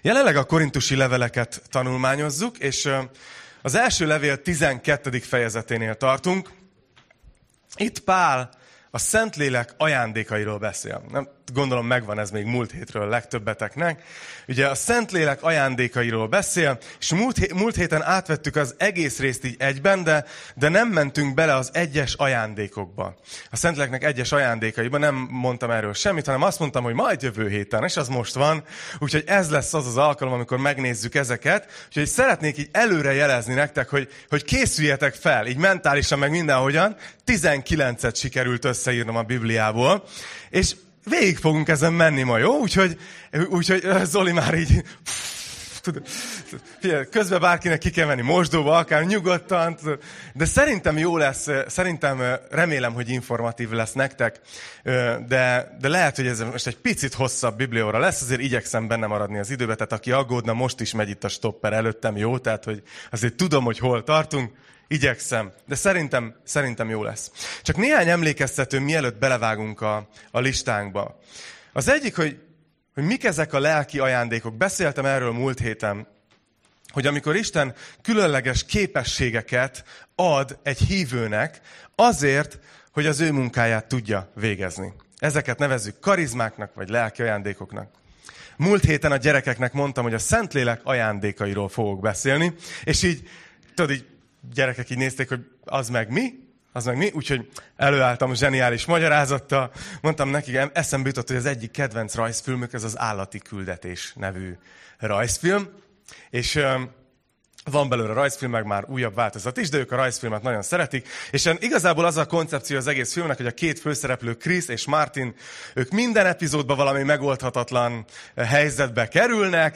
Jelenleg a korintusi leveleket tanulmányozzuk, és az első levél 12. fejezeténél tartunk. Itt Pál a Szentlélek ajándékairól beszél. Nem, gondolom megvan ez még múlt hétről legtöbbeteknek. Ugye a Szentlélek ajándékairól beszél, és múlt héten átvettük az egész részt így egyben, de nem mentünk bele az egyes ajándékokba. A Szentléleknek egyes ajándékaiba nem mondtam erről semmit, hanem azt mondtam, hogy majd jövő héten, és az most van. Úgyhogy ez lesz az az alkalom, amikor megnézzük ezeket. Úgyhogy szeretnék így előre jelezni nektek, hogy készüljetek fel, így mentálisan, meg mindenhogyan. 19-et sikerült összeírnom a Bibliából, és végig fogunk ezen menni ma, jó? Úgyhogy Zoli már így... Közben bárkinek ki kell menni mosdóba, akár nyugodtan, de szerintem jó lesz, remélem, hogy informatív lesz nektek, de lehet, hogy ez most egy picit hosszabb biblióra lesz, azért igyekszem benne maradni az időbe, tehát aki aggódna, most is megy itt a stopper előttem, jó? Tehát, hogy azért tudom, hogy hol tartunk, igyekszem, de szerintem jó lesz. Csak néhány emlékeztető, mielőtt belevágunk a listánkba. Az egyik, hogy mik ezek a lelki ajándékok. Beszéltem erről múlt héten, hogy amikor Isten különleges képességeket ad egy hívőnek azért, hogy az ő munkáját tudja végezni. Ezeket nevezzük karizmáknak, vagy lelki ajándékoknak. Múlt héten a gyerekeknek mondtam, hogy a Szentlélek ajándékairól fogok beszélni, és így, tudod, így gyerekek így nézték, hogy az meg mi, úgyhogy előálltam zseniális magyarázattal, mondtam nekik, eszembe jutott, hogy az egyik kedvenc rajzfilmük, ez az Állati küldetés nevű rajzfilm, és van belőle rajzfilm, meg már újabb változat is, de ők a rajzfilmet nagyon szeretik, és igazából az a koncepció az egész filmnek, hogy a két főszereplő, Chris és Martin, ők minden epizódban valami megoldhatatlan helyzetbe kerülnek,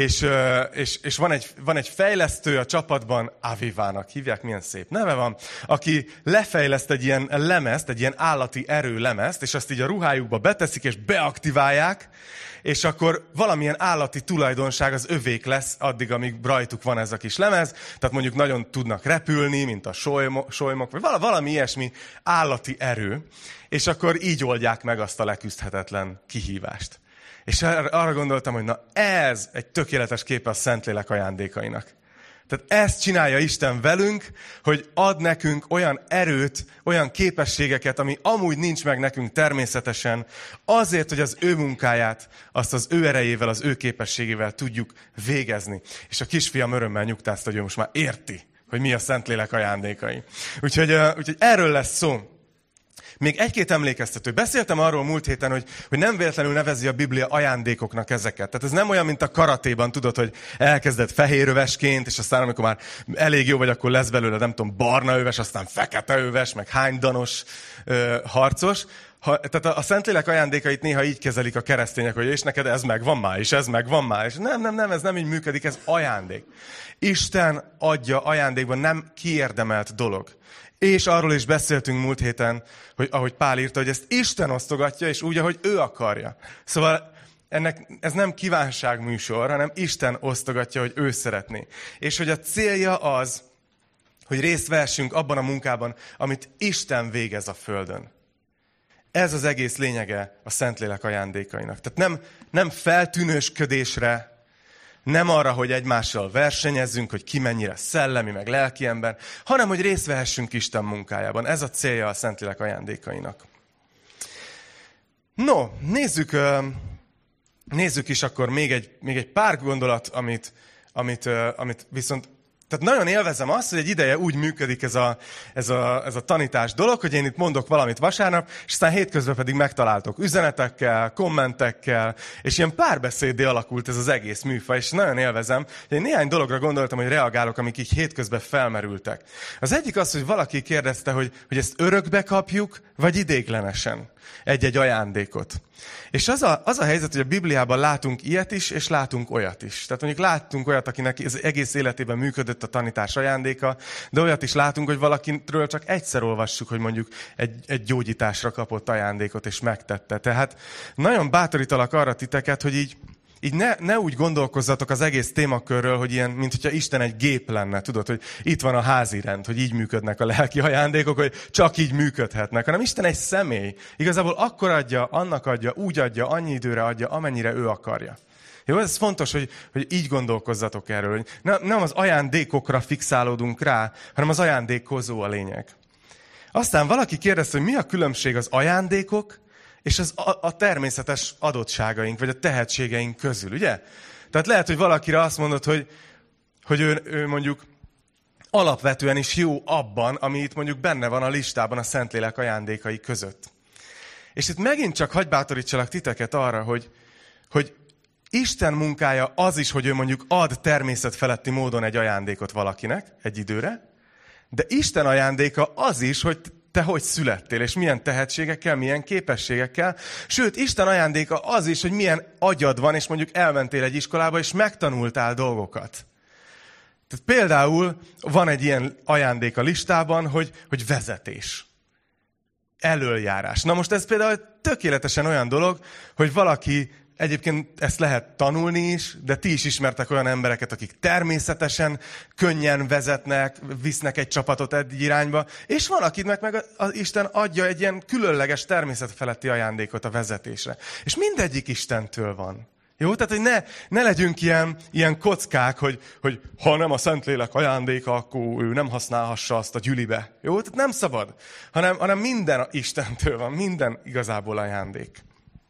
és van egy fejlesztő a csapatban, Avivának hívják, milyen szép neve van, aki lefejleszt egy ilyen lemezt, egy ilyen állati erő lemezt, és azt így a ruhájukba beteszik, és beaktiválják, és akkor valamilyen állati tulajdonság az övék lesz addig, amíg rajtuk van ez a kis lemez. Tehát mondjuk nagyon tudnak repülni, mint a solymok, vagy valami ilyesmi állati erő. És akkor így oldják meg azt a leküzdhetetlen kihívást. És arra gondoltam, hogy na ez egy tökéletes képe a Szentlélek ajándékainak. Tehát ezt csinálja Isten velünk, hogy ad nekünk olyan erőt, olyan képességeket, ami amúgy nincs meg nekünk természetesen, azért, hogy az ő munkáját, azt az ő erejével, az ő képességével tudjuk végezni. És a kisfiam örömmel nyugtázta, hogy ő most már érti, hogy mi a Szentlélek ajándékai. Úgyhogy erről lesz szó. Még egy-két emlékeztető. Beszéltem arról múlt héten, hogy nem véletlenül nevezi a Biblia ajándékoknak ezeket. Tehát ez nem olyan, mint a karatéban, tudod, hogy elkezded fehérövesként, és aztán amikor már elég jó vagy, akkor lesz belőle, nem tudom, barna öves, aztán fekete öves, meg hánydanos harcos. Tehát a Szentlélek ajándékait néha így kezelik a keresztények, hogy és neked ez megvan már, és ez megvan már. És nem, ez nem így működik, ez ajándék. Isten adja ajándékban, nem kiérdemelt dolog. És arról is beszéltünk múlt héten, hogy ahogy Pál írta, hogy ezt Isten osztogatja, és úgy, ahogy ő akarja. Szóval ez nem kívánságműsor, hanem Isten osztogatja, hogy ő szeretné. És hogy a célja az, hogy részt vehessünk abban a munkában, amit Isten végez a földön. Ez az egész lényege a Szentlélek ajándékainak. Tehát nem feltűnősködésre, nem arra, hogy egymással versenyezzünk, hogy ki mennyire szellemi, meg lelki ember, hanem hogy részt vehessünk Isten munkájában. Ez a célja a Szentlélek ajándékainak. No, nézzük is akkor még egy pár gondolat, amit viszont... Tehát nagyon élvezem azt, hogy egy ideje úgy működik ez a tanítás dolog, hogy én itt mondok valamit vasárnap, és aztán hétközben pedig megtaláltok üzenetekkel, kommentekkel, és ilyen párbeszéddé alakult ez az egész műfaj, és nagyon élvezem, hogy én néhány dologra gondoltam, hogy reagálok, amik így hétközben felmerültek. Az egyik az, hogy valaki kérdezte, hogy ezt örökbe kapjuk, vagy idéglenesen egy-egy ajándékot. És az a helyzet, hogy a Bibliában látunk ilyet is, és látunk olyat is. Tehát mondjuk láttunk olyat, akinek az egész életében működött a tanítás ajándéka, de olyat is látunk, hogy valakiről csak egyszer olvassuk, hogy mondjuk egy gyógyításra kapott ajándékot, és megtette. Tehát nagyon bátorítalak arra titeket, hogy így ne úgy gondolkozzatok az egész témakörről, hogy ilyen, mint hogyha Isten egy gép lenne, tudod, hogy itt van a házi rend, hogy így működnek a lelki ajándékok, hogy csak így működhetnek, hanem Isten egy személy. Igazából akkor adja, annak adja, úgy adja, annyi időre adja, amennyire ő akarja. Jó, ez fontos, hogy így gondolkozzatok erről. Hogy nem az ajándékokra fixálódunk rá, hanem az ajándékozó a lényeg. Aztán valaki kérdezte, hogy mi a különbség az ajándékok és a természetes adottságaink, vagy a tehetségeink közül, ugye? Tehát lehet, hogy valakire azt mondod, hogy ő mondjuk alapvetően is jó abban, ami itt mondjuk benne van a listában a Szentlélek ajándékai között. És itt megint csak hadd bátorítsalak titeket arra, hogy Isten munkája az is, hogy ő mondjuk ad természetfeletti módon egy ajándékot valakinek egy időre, de Isten ajándéka az is, hogy te hogy születtél, és milyen tehetségekkel, milyen képességekkel. Sőt, Isten ajándéka az is, hogy milyen agyad van, és mondjuk elmentél egy iskolába, és megtanultál dolgokat. Tehát például van egy ilyen ajándék a listában, hogy vezetés. Elöljárás. Na most ez például tökéletesen olyan dolog, hogy valaki, egyébként ezt lehet tanulni is, de ti is ismertek olyan embereket, akik természetesen, könnyen vezetnek, visznek egy csapatot egy irányba, és van, akinek meg az Isten adja egy ilyen különleges természetfeletti ajándékot a vezetésre. És mindegyik Istentől van. Jó? Tehát, hogy ne legyünk ilyen kockák, hogy ha nem a Szentlélek ajándéka, akkor ő nem használhassa azt a gyülibe. Jó? Tehát nem szabad, hanem minden Istentől van, minden igazából ajándék.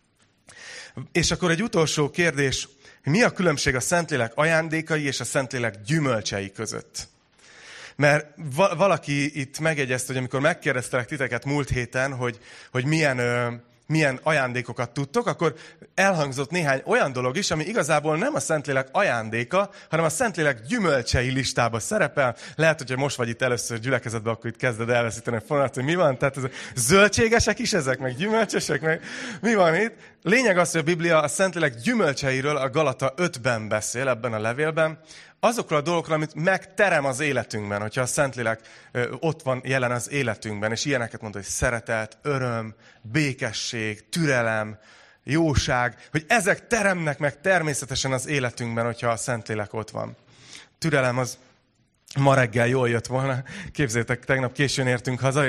És akkor egy utolsó kérdés, mi a különbség a Szentlélek ajándékai és a Szentlélek gyümölcsei között? Mert valaki itt megjegyezte, hogy amikor megkérdeztelek titeket múlt héten, hogy milyen ajándékokat tudtok, akkor elhangzott néhány olyan dolog is, ami igazából nem a Szentlélek ajándéka, hanem a Szentlélek gyümölcsei listába szerepel. Lehet, hogyha most vagy itt először gyülekezetben, akkor itt kezded elveszíteni a fonalat, hogy mi van. Tehát zöldségesek is ezek, meg gyümölcsösek, meg mi van itt. Lényeg az, hogy a Biblia a Szentlélek gyümölcseiről a Galata 5-ben beszél, ebben a levélben, azokról a dolgokról, amit megterem az életünkben, hogyha a Szentlélek ott van jelen az életünkben, és ilyeneket mond, hogy szeretet, öröm, békesség, türelem, jóság, hogy ezek teremnek meg természetesen az életünkben, hogyha a Szentlélek ott van. Türelem az ma reggel jól jött volna. Képzeljétek, tegnap későn értünk haza,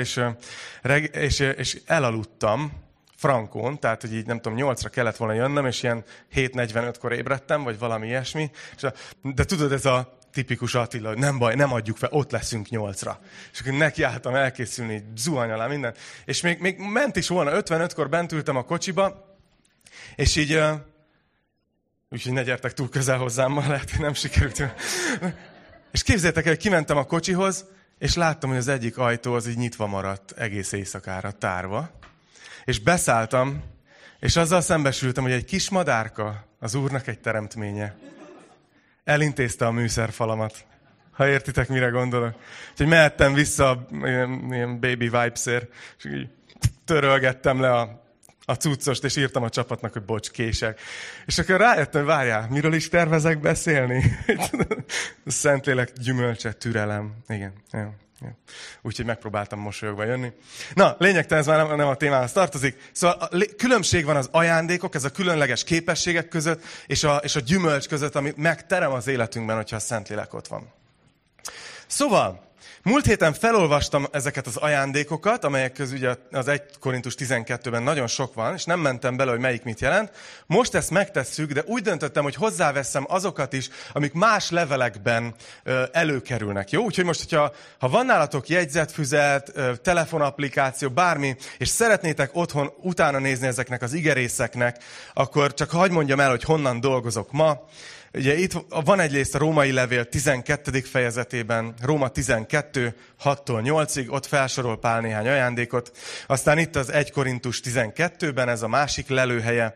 és elaludtam frankón, tehát, hogy így nem tudom, 8-ra kellett volna jönnöm, és ilyen 7:45-kor ébredtem, vagy valami ilyesmi. De tudod, ez a tipikus Attila, hogy nem baj, nem adjuk fel, ott leszünk 8-ra. És akkor nekiálltam elkészülni, zuhany alá minden. És még ment is volna, 55-kor bent ültem a kocsiba, és így, úgyhogy ne gyertek túl közel hozzám, ma lehet, hogy nem sikerült. És képzeljétek el, hogy kimentem a kocsihoz, és láttam, hogy az egyik ajtó az így nyitva maradt egész éjszakára, tárva. És beszálltam, és azzal szembesültem, hogy egy kis madárka az Úrnak egy teremtménye. Elintézte a műszerfalamat. Ha értitek, mire gondolok. Úgyhogy mehettem vissza ilyen baby vibes-ért, és így törölgettem le a cuccost, és írtam a csapatnak, hogy bocs, kések. És akkor rájöttem, várjál, miről is tervezek beszélni? Szentlélek gyümölcse, türelem. Igen, jó. Úgyhogy megpróbáltam mosolyogva jönni. Na, lényegtelen, ez már nem a témához tartozik. Szóval különbség van az ajándékok, ez a különleges képességek között, és a gyümölcs között, ami megterem az életünkben, hogyha a Szentlélek ott van. Szóval, múlt héten felolvastam ezeket az ajándékokat, amelyek közül ugye az 1 Korintus 12-ben nagyon sok van, és nem mentem bele, hogy melyik mit jelent. Most ezt megtesszük, de úgy döntöttem, hogy hozzáveszem azokat is, amik más levelekben előkerülnek. Jó? Úgyhogy most, ha van nálatok jegyzetfüzet, telefonapplikáció, bármi, és szeretnétek otthon utána nézni ezeknek az igerészeknek, akkor csak hadd mondjam el, hogy honnan dolgozok ma. Ugye itt van egyrészt a római levél 12. fejezetében, Róma 12, 6-tól 8-ig, ott felsorol Pál néhány ajándékot. Aztán itt az 1 Korintus 12-ben, ez a másik lelőhelye,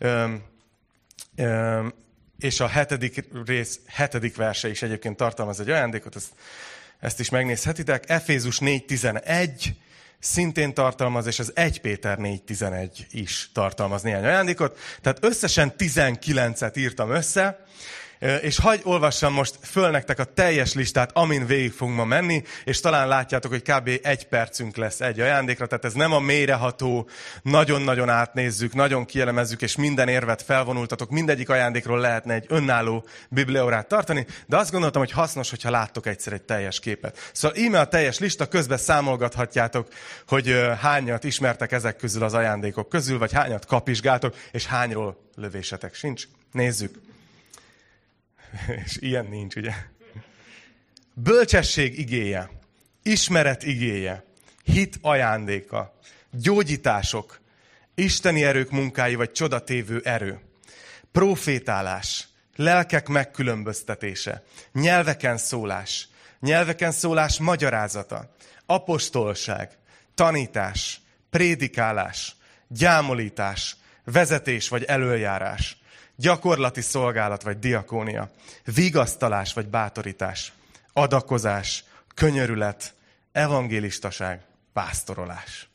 és a 7. rész 7. verse is egyébként tartalmaz egy ajándékot, ezt is megnézhetitek. Efézus 4.11 szintén tartalmaz, és az 1 Péter 4.11 is tartalmaz néhány ajándékot. Tehát összesen 19-et írtam össze, és hadd olvassam most föl nektek a teljes listát, amin végig fogunk ma menni, és talán látjátok, hogy kb. 1 percünk lesz egy ajándékra, tehát ez nem a mélyreható, nagyon-nagyon átnézzük, nagyon kielemezzük, és minden érvet felvonultatok, mindegyik ajándékról lehetne egy önálló bibliaórát tartani, de azt gondoltam, hogy hasznos, hogyha láttok egyszer egy teljes képet. Szóval íme a teljes lista, közben számolgathatjátok, hogy hányat ismertek ezek közül az ajándékok közül, vagy hányat kapizsgáltok, és hányról lövésetek sincs. Nézzük. És ilyen nincs, ugye? Bölcsesség igéje, ismeret igéje, hit ajándéka, gyógyítások, isteni erők munkái vagy csodatévő erő, profétálás, lelkek megkülönböztetése, nyelveken szólás magyarázata, apostolság, tanítás, prédikálás, gyámolítás, vezetés vagy elöljárás, gyakorlati szolgálat vagy diakónia, vigasztalás vagy bátorítás, adakozás, könyörület, evangélistaság, pásztorolás.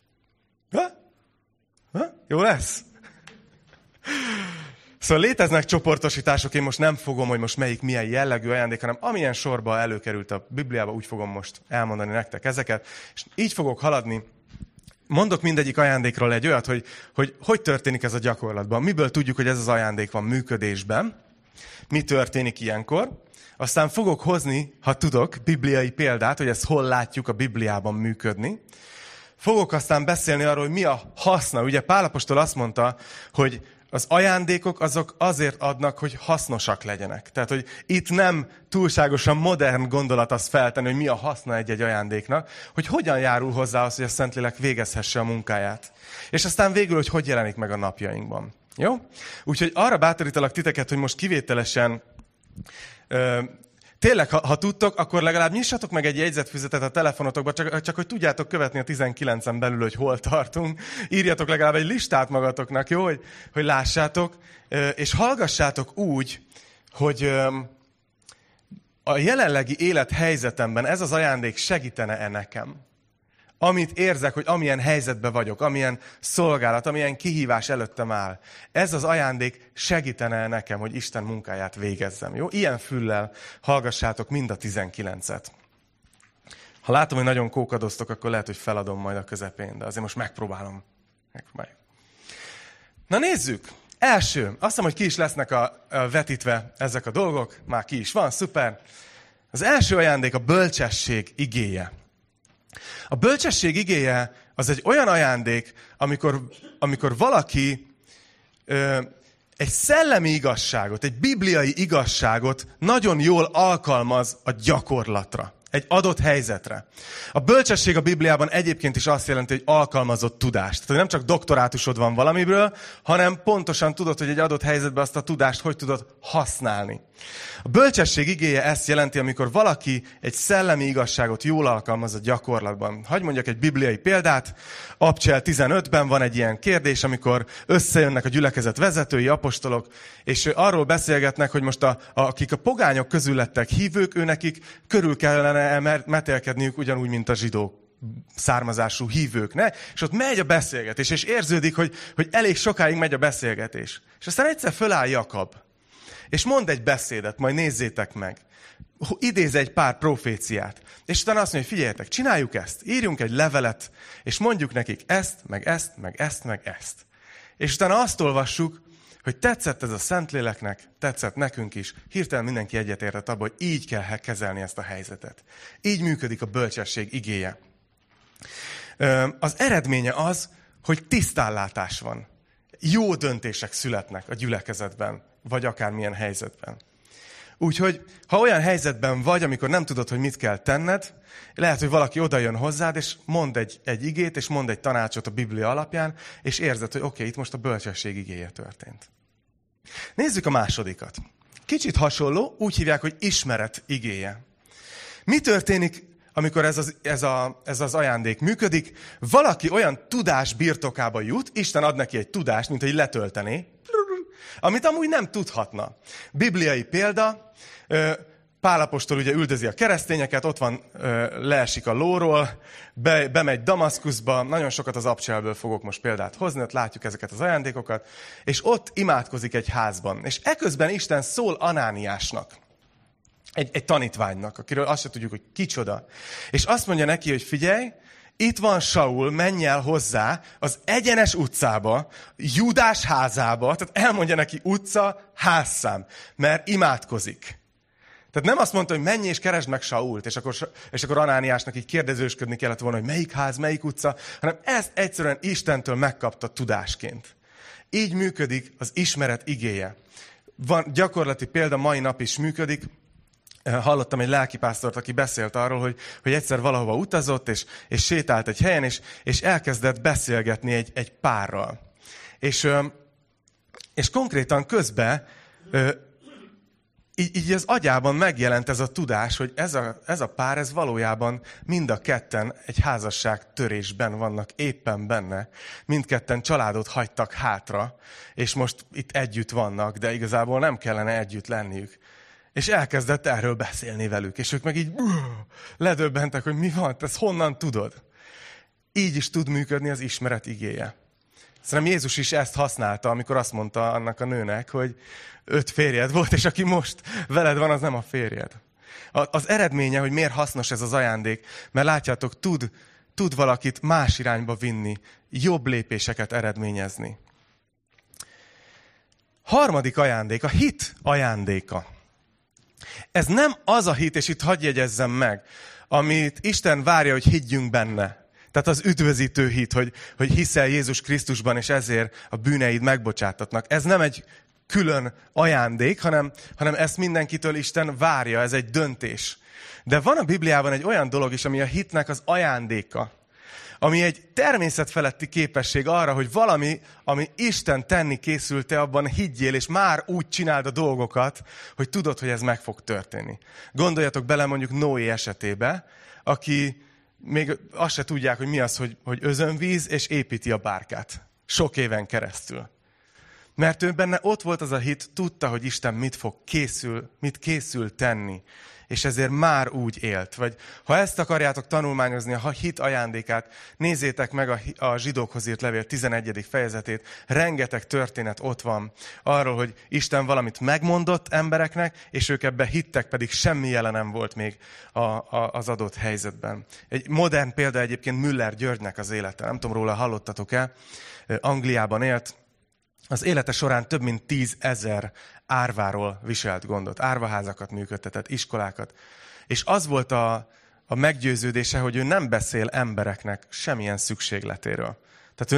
Jó lesz? Szóval léteznek csoportosítások, én most nem fogom, hogy most melyik milyen jellegű ajándék, hanem amilyen sorba előkerült a Bibliába, úgy fogom most elmondani nektek ezeket, és így fogok haladni. Mondok mindegyik ajándékról egy olyat, hogy történik ez a gyakorlatban. Miből tudjuk, hogy ez az ajándék van működésben, mi történik ilyenkor. Aztán fogok hozni, ha tudok, bibliai példát, hogy ezt hol látjuk a Bibliában működni. Fogok aztán beszélni arról, hogy mi a haszna. Ugye Pál apostol azt mondta, hogy az ajándékok azok azért adnak, hogy hasznosak legyenek. Tehát, hogy itt nem túlságosan modern gondolat az feltenni, hogy mi a haszna egy-egy ajándéknak, hogy hogyan járul hozzá az, hogy a Szentlélek végezhesse a munkáját. És aztán végül, hogy jelenik meg a napjainkban. Jó? Úgyhogy arra bátorítalak titeket, hogy most kivételesen tényleg, ha tudtok, akkor legalább nyissatok meg egy jegyzetfüzetet a telefonotokba, csak hogy tudjátok követni a 19-en belül, hogy hol tartunk. Írjatok legalább egy listát magatoknak, jó? Hogy lássátok, és hallgassátok úgy, hogy a jelenlegi élethelyzetemben ez az ajándék segítene-e nekem? Amit érzek, hogy amilyen helyzetben vagyok, amilyen szolgálat, amilyen kihívás előttem áll. Ez az ajándék segítene nekem, hogy Isten munkáját végezzem. Jó? Ilyen füllel hallgassátok mind a 19-et. Ha látom, hogy nagyon kókadoztok, akkor lehet, hogy feladom majd a közepén, de azért most megpróbálom. Na nézzük! Első, azt hiszem, hogy ki is lesznek a vetítve ezek a dolgok. Már ki is van, szuper. Az első ajándék a bölcsesség igéje. A bölcsesség igéje az egy olyan ajándék, amikor valaki egy szellemi igazságot, egy bibliai igazságot nagyon jól alkalmaz a gyakorlatra, egy adott helyzetre. A bölcsesség a Bibliában egyébként is azt jelenti, hogy alkalmazott tudást. Tehát nem csak doktorátusod van valamiből, hanem pontosan tudod, hogy egy adott helyzetben azt a tudást hogy tudod használni. A bölcsesség igéje ezt jelenti, amikor valaki egy szellemi igazságot jól alkalmaz a gyakorlatban. Hadd mondjak egy bibliai példát. Abcsel 15-ben van egy ilyen kérdés, amikor összejönnek a gyülekezet vezetői, apostolok, és arról beszélgetnek, hogy most akik a pogányok közül lettek hívők, őnekik körül kellene metélkedniük ugyanúgy, mint a zsidók származású hívőknek, és ott megy a beszélgetés, és érződik, hogy elég sokáig megy a beszélgetés. És aztán egyszer föláll Jakab, és mond egy beszédet, majd nézzétek meg. Idéz egy pár proféciát. És utána azt mondja, hogy figyeljetek, csináljuk ezt, írjunk egy levelet, és mondjuk nekik ezt, meg ezt, meg ezt, meg ezt. És utána azt olvassuk, hogy tetszett ez a Szentléleknek, tetszett nekünk is. Hirtelen mindenki egyetértett abban, hogy így kell kezelni ezt a helyzetet. Így működik a bölcsesség igéje. Az eredménye az, hogy tisztállátás van. Jó döntések születnek a gyülekezetben, vagy akármilyen helyzetben. Úgyhogy, ha olyan helyzetben vagy, amikor nem tudod, hogy mit kell tenned, lehet, hogy valaki oda jön hozzád, és mond egy igét, és mond egy tanácsot a Biblia alapján, és érzed, hogy oké, itt most a bölcsesség igéje történt. Nézzük a másodikat. Kicsit hasonló, úgy hívják, hogy ismeret igéje. Mi történik, amikor ez az ajándék működik? Valaki olyan tudás birtokába jut, Isten ad neki egy tudást, mint hogy letöltené, amit amúgy nem tudhatna. Bibliai példa, Pál apostol ugye üldözi a keresztényeket, ott van, leesik a lóról, bemegy Damaszkuszba, nagyon sokat az Abcselből fogok most példát hozni, ott látjuk ezeket az ajándékokat, és ott imádkozik egy házban. És eközben Isten szól Anániásnak, egy tanítványnak, akiről azt se tudjuk, hogy kicsoda. És azt mondja neki, hogy figyelj, itt van Saul, menj el hozzá az egyenes utcába, Júdás házába, tehát elmondja neki utca, házszám, mert imádkozik. Tehát nem azt mondta, hogy menj és keresd meg Sault, és akkor Anániásnak így kérdezősködni kellett volna, hogy melyik ház, melyik utca, hanem ezt egyszerűen Istentől megkapta tudásként. Így működik az ismeret igéje. Van gyakorlati példa, mai nap is működik. Hallottam egy lelkipásztort, aki beszélt arról, hogy egyszer valahova utazott, és sétált egy helyen, és elkezdett beszélgetni egy párral. És konkrétan közben így az agyában megjelent ez a tudás, hogy ez a pár, ez valójában mind a ketten egy házasságtörésben vannak éppen benne. Mindketten családot hagytak hátra, és most itt együtt vannak, de igazából nem kellene együtt lenniük. És elkezdett erről beszélni velük, és ők meg így ledöbbentek, hogy mi van, te ezt honnan tudod? Így is tud működni az ismeret igéje. Szerintem Jézus is ezt használta, amikor azt mondta annak a nőnek, hogy 5 férjed volt, és aki most veled van, az nem a férjed. Az eredménye, hogy miért hasznos ez az ajándék, mert látjátok, tud valakit más irányba vinni, jobb lépéseket eredményezni. Harmadik ajándék, a hit ajándéka. Ez nem az a hit, és itt hadd jegyezzem meg, amit Isten várja, hogy higgyünk benne. Tehát az üdvözítő hit, hogy hiszel Jézus Krisztusban, és ezért a bűneid megbocsátatnak. Ez nem egy külön ajándék, hanem ezt mindenkitől Isten várja, ez egy döntés. De van a Bibliában egy olyan dolog is, ami a hitnek az ajándéka. Ami egy természetfeletti képesség arra, hogy valami, ami Isten tenni készült, te abban higgyél, és már úgy csináld a dolgokat, hogy tudod, hogy ez meg fog történni. Gondoljatok bele mondjuk Noé esetébe, aki még azt se tudják, hogy mi az, hogy özönvíz, és építi a bárkát. Sok éven keresztül. Mert ő benne ott volt az a hit, tudta, hogy Isten mit készül tenni. És ezért már úgy élt. Vagy ha ezt akarjátok tanulmányozni, a hit ajándékát, nézzétek meg a Zsidókhoz írt levél 11. fejezetét. Rengeteg történet ott van arról, hogy Isten valamit megmondott embereknek, és ők ebbe hittek, pedig semmi jele nem volt még az adott helyzetben. Egy modern példa egyébként Müller Györgynek az élete. Nem tudom, róla hallottatok-e. Angliában élt. Az élete során több mint 10 000 árváról viselt gondot. Árvaházakat működtetett, iskolákat. És az volt a meggyőződése, hogy ő nem beszél embereknek semmilyen szükségletéről. Tehát ő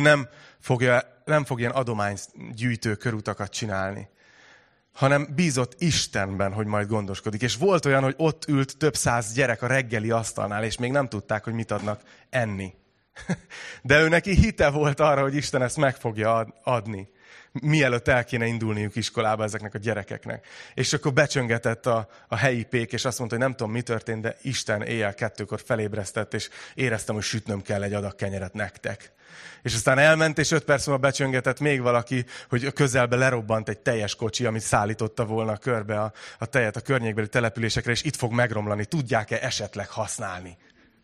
nem fog ilyen adománygyűjtő körutakat csinálni, hanem bízott Istenben, hogy majd gondoskodik. És volt olyan, hogy ott ült több 100 gyerek a reggeli asztalnál, és még nem tudták, hogy mit adnak enni. De ő neki hite volt arra, hogy Isten ezt meg fogja adni, mielőtt el kéne indulniuk iskolába ezeknek a gyerekeknek. És akkor becsöngetett a helyi pék, és azt mondta, hogy nem tudom, mi történt, de Isten éjjel 2-kor felébresztett, és éreztem, hogy sütnöm kell egy adag kenyeret nektek. És aztán elment, és 5 perc múlva becsöngetett még valaki, hogy közelbe lerobbant egy teljes kocsi, amit szállította volna körbe a tejet a környékbeli településekre, és itt fog megromlani. Tudják-e esetleg használni?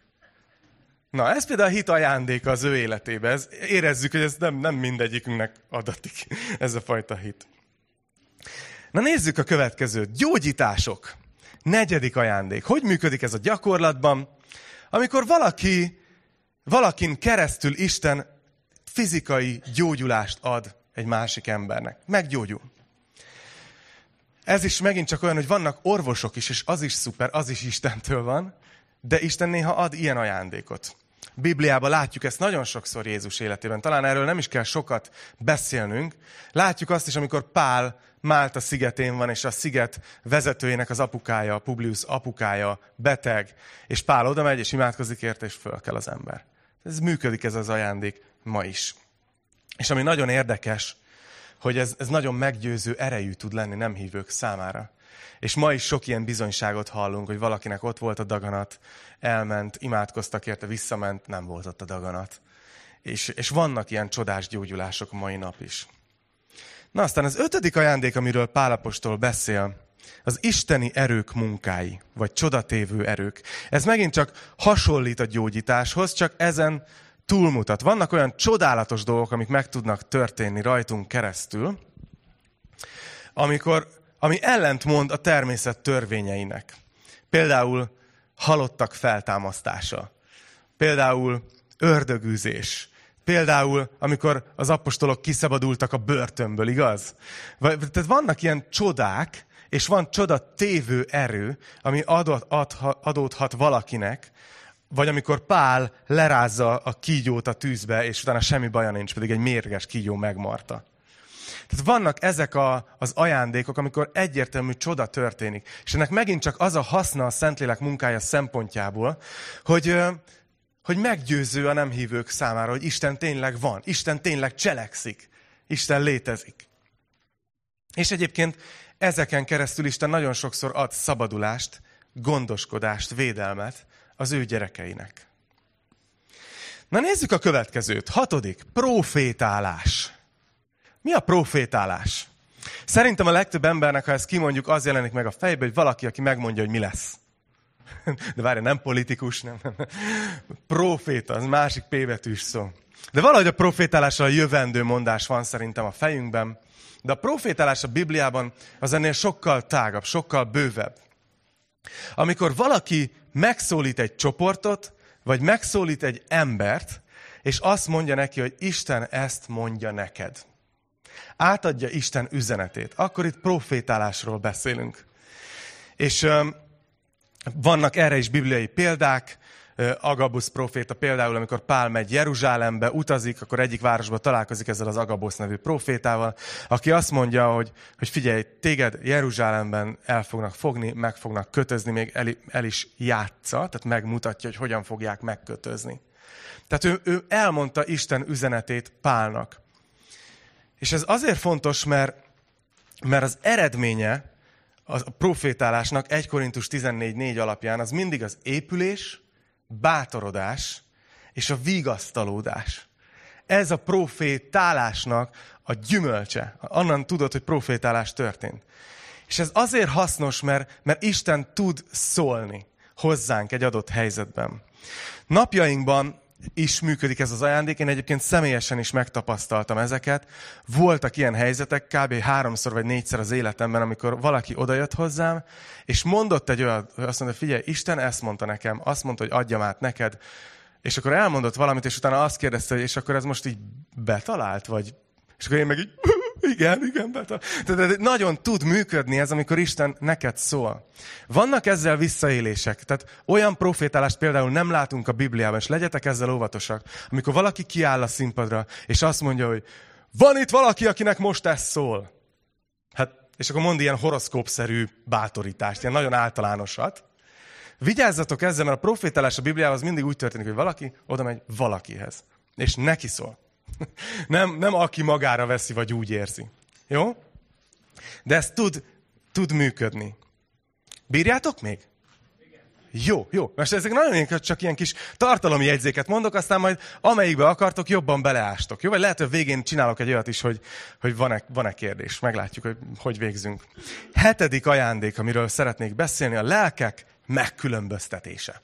Na, ez például a hit ajándéka az ő életébe. Érezzük, hogy ez nem mindegyikünknek adatik, ez a fajta hit. Na nézzük a következőt. Gyógyítások. 4. ajándék. Hogy működik ez a gyakorlatban? Amikor valakin keresztül Isten fizikai gyógyulást ad egy másik embernek. Meggyógyul. Ez is megint csak olyan, hogy vannak orvosok is, és az is szuper, az is Istentől van, de Isten néha ad ilyen ajándékot. Bibliában látjuk ezt nagyon sokszor Jézus életében. Talán erről nem is kell sokat beszélnünk. Látjuk azt is, amikor Pál Málta szigetén van, és a sziget vezetőjének az apukája, a Publius apukája beteg, és Pál oda megy, és imádkozik érte, és föl kell az ember. Ez működik, ez az ajándék ma is. És ami nagyon érdekes, hogy ez nagyon meggyőző erejű tud lenni nem hívők számára. És ma is sok ilyen bizonyságot hallunk, hogy valakinek ott volt a daganat, elment, imádkoztak érte, visszament, nem volt ott a daganat. És vannak ilyen csodás gyógyulások mai nap is. Na aztán az 5. ajándék, amiről Pál apostol beszél, az isteni erők munkái, vagy csodatévő erők. Ez megint csak hasonlít a gyógyításhoz, csak ezen túlmutat. Vannak olyan csodálatos dolgok, amik meg tudnak történni rajtunk keresztül, ami ellentmond a természet törvényeinek. Például halottak feltámasztása. Például ördögűzés. Például, amikor az apostolok kiszabadultak a börtönből, igaz? Tehát vannak ilyen csodák, és van csodatévő erő, ami adódhat valakinek, vagy amikor Pál lerázza a kígyót a tűzbe, és utána semmi baja nincs, pedig egy mérges kígyó megmarta. Tehát vannak ezek az ajándékok, amikor egyértelmű csoda történik. És ennek megint csak az a haszna a Szentlélek munkája szempontjából, hogy meggyőző a nem hívők számára, hogy Isten tényleg van, Isten tényleg cselekszik, Isten létezik. És egyébként ezeken keresztül Isten nagyon sokszor ad szabadulást, gondoskodást, védelmet az ő gyerekeinek. Na nézzük a következőt. 6. Profétálás. Mi a profétálás? Szerintem a legtöbb embernek, ha ezt kimondjuk, az jelenik meg a fejbe, hogy valaki, aki megmondja, hogy mi lesz. De várj, nem politikus, nem. Proféta, az másik P betűs szó. De valahogy a profétálással a jövendő mondás van szerintem a fejünkben. De a profétálás a Bibliában az ennél sokkal tágabb, sokkal bővebb. Amikor valaki megszólít egy csoportot, vagy megszólít egy embert, és azt mondja neki, hogy Isten ezt mondja neked. Átadja Isten üzenetét. Akkor itt profétálásról beszélünk. És vannak erre is bibliai példák. Agabusz proféta például, amikor Pál megy Jeruzsálembe, utazik, akkor egyik városba találkozik ezzel az Agabusz nevű profétával, aki azt mondja, hogy figyelj, téged Jeruzsálemben el fognak fogni, meg fognak kötözni, még el is játsza, tehát megmutatja, hogy hogyan fogják megkötözni. Tehát ő elmondta Isten üzenetét Pálnak. És ez azért fontos, mert az eredménye a profétálásnak 1 Korintus 14:4 alapján az mindig az épülés, bátorodás és a vigasztalódás. Ez a profétálásnak a gyümölcse. Onnan tudod, hogy profétálás történt. És ez azért hasznos, mert Isten tud szólni hozzánk egy adott helyzetben. Napjainkban is működik ez az ajándék. Én egyébként személyesen is megtapasztaltam ezeket. Voltak ilyen helyzetek, kb. 3-szor vagy 4-szer az életemben, amikor valaki odajött hozzám, és mondott egy olyan, hogy azt mondta, figyelj, Isten ezt mondta nekem, azt mondta, hogy adjam át neked, és akkor elmondott valamit, és utána azt kérdezte, hogy és akkor ez most így betalált, vagy... És akkor én meg így, igen, betalált. Tehát nagyon tud működni ez, amikor Isten neked szól. Vannak ezzel visszaélések. Tehát olyan profétálást például nem látunk a Bibliában, és legyetek ezzel óvatosak. Amikor valaki kiáll a színpadra, és azt mondja, hogy van itt valaki, akinek most ez szól. Hát, és akkor mond ilyen horoszkópszerű bátorítást, ilyen nagyon általánosat. Vigyázzatok ezzel, mert a profétálás a Bibliában az mindig úgy történik, hogy valaki oda megy valakihez, és neki szól. Nem aki magára veszi, vagy úgy érzi. Jó? De ez tud működni. Bírjátok még? Igen. Jó. Most ezek nagyon csak ilyen kis tartalmi jegyzéket mondok, aztán majd amelyikbe akartok, jobban beleástok. Jó? Vagy lehet, hogy végén csinálok egy olyat is, hogy van-e kérdés. Meglátjuk, hogy végzünk. 7. ajándék, amiről szeretnék beszélni, a lelkek megkülönböztetése.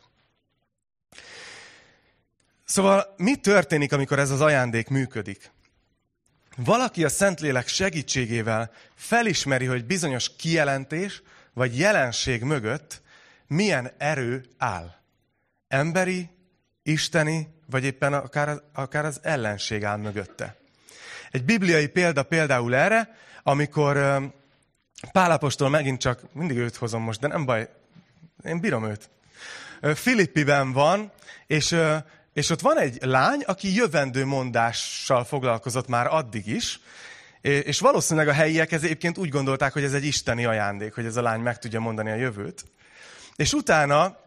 Szóval mi történik, amikor ez az ajándék működik? Valaki a Szentlélek segítségével felismeri, hogy bizonyos kijelentés vagy jelenség mögött milyen erő áll. Emberi, isteni, vagy éppen akár az ellenség áll mögötte. Egy bibliai példa például erre, amikor Pál apostol megint csak, mindig őt hozom most, de nem baj, én bírom őt. Filippiben van, és ott van egy lány, aki jövendőmondással foglalkozott már addig is, és valószínűleg a helyiek egyébként úgy gondolták, hogy ez egy isteni ajándék, hogy ez a lány meg tudja mondani a jövőt. És utána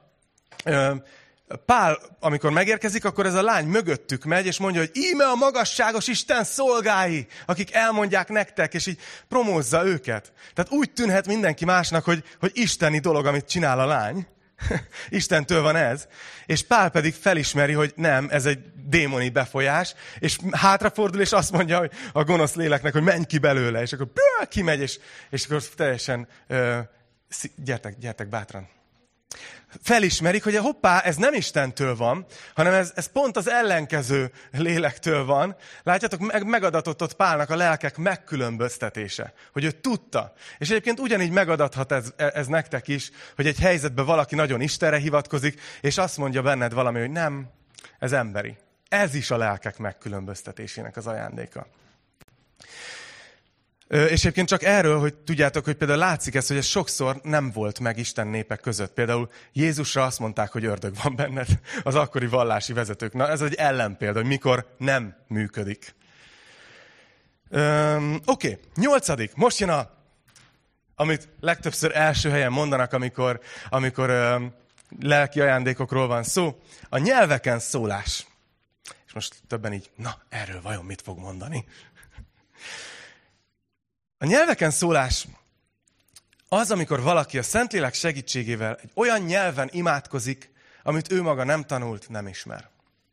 Pál, amikor megérkezik, akkor ez a lány mögöttük megy, és mondja, hogy íme a magasságos Isten szolgái, akik elmondják nektek, és így promózza őket. Tehát úgy tűnhet mindenki másnak, hogy isteni dolog, amit csinál a lány. Istentől van ez. És Pál pedig felismeri, hogy nem, ez egy démoni befolyás, és hátrafordul, és azt mondja hogy a gonosz léleknek, hogy menj ki belőle, és akkor kimegy, és akkor teljesen gyertek bátran. Felismerik, hogy hoppá, ez nem Istentől van, hanem ez pont az ellenkező lélektől van. Látjátok, megadatott ott Pálnak a lelkek megkülönböztetése, hogy ő tudta. És egyébként ugyanígy megadathat ez nektek is, hogy egy helyzetben valaki nagyon Istenre hivatkozik, és azt mondja benned valami, hogy nem, ez emberi. Ez is a lelkek megkülönböztetésének az ajándéka. És egyébként csak erről, hogy tudjátok, hogy például látszik ez, hogy ez sokszor nem volt meg Isten népek között. Például Jézusra azt mondták, hogy ördög van benned, az akkori vallási vezetők. Na ez egy ellenpélda, hogy mikor nem működik. Oké, 8. Most jön amit legtöbbször első helyen mondanak, amikor lelki ajándékokról van szó. A nyelveken szólás. És most többen így, na, erről vajon mit fog mondani? A nyelveken szólás az, amikor valaki a Szentlélek segítségével egy olyan nyelven imádkozik, amit ő maga nem tanult, nem ismer.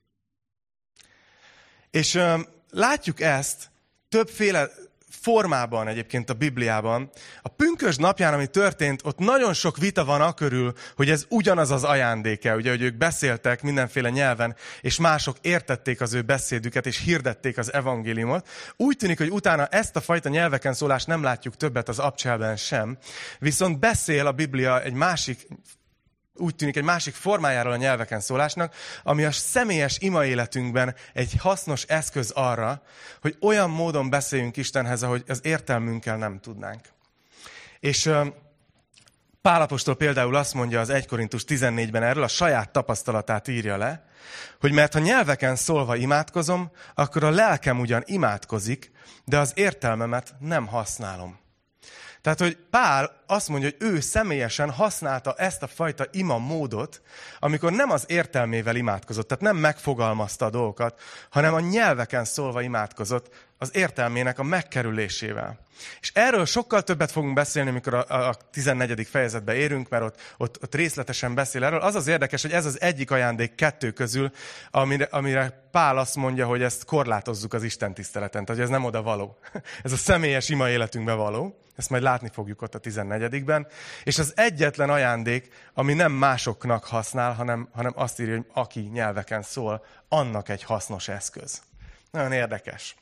És látjuk ezt többféle formában egyébként a Bibliában. A pünkösd napján, ami történt, ott nagyon sok vita van akörül, hogy ez ugyanaz az ajándéke, ugye, hogy ők beszéltek mindenféle nyelven, és mások értették az ő beszédüket, és hirdették az evangéliumot. Úgy tűnik, hogy utána ezt a fajta nyelveken szólást nem látjuk többet az abcselben sem, viszont beszél a Biblia egy másik formájáról a nyelveken szólásnak, ami a személyes ima életünkben egy hasznos eszköz arra, hogy olyan módon beszéljünk Istenhez, ahogy az értelmünkkel nem tudnánk. És Pál apostol például azt mondja az 1 Korintus 14-ben erről, a saját tapasztalatát írja le, hogy mert ha nyelveken szólva imádkozom, akkor a lelkem ugyan imádkozik, de az értelmemet nem használom. Tehát, hogy Pál azt mondja, hogy ő személyesen használta ezt a fajta ima módot, amikor nem az értelmével imádkozott, tehát nem megfogalmazta a dolgokat, hanem a nyelveken szólva imádkozott az értelmének a megkerülésével. És erről sokkal többet fogunk beszélni, amikor a 14. fejezetbe érünk, mert ott részletesen beszél erről. Az az érdekes, hogy ez az egyik ajándék 2 közül, amire Pál azt mondja, hogy ezt korlátozzuk az Isten tiszteleten, tehát ez nem oda való. Ez a személyes ima életünkbe való. Ezt majd látni fogjuk ott a 14-ben. És az egyetlen ajándék, ami nem másoknak használ, hanem azt írja, hogy aki nyelveken szól, annak egy hasznos eszköz. Nagyon érdekes.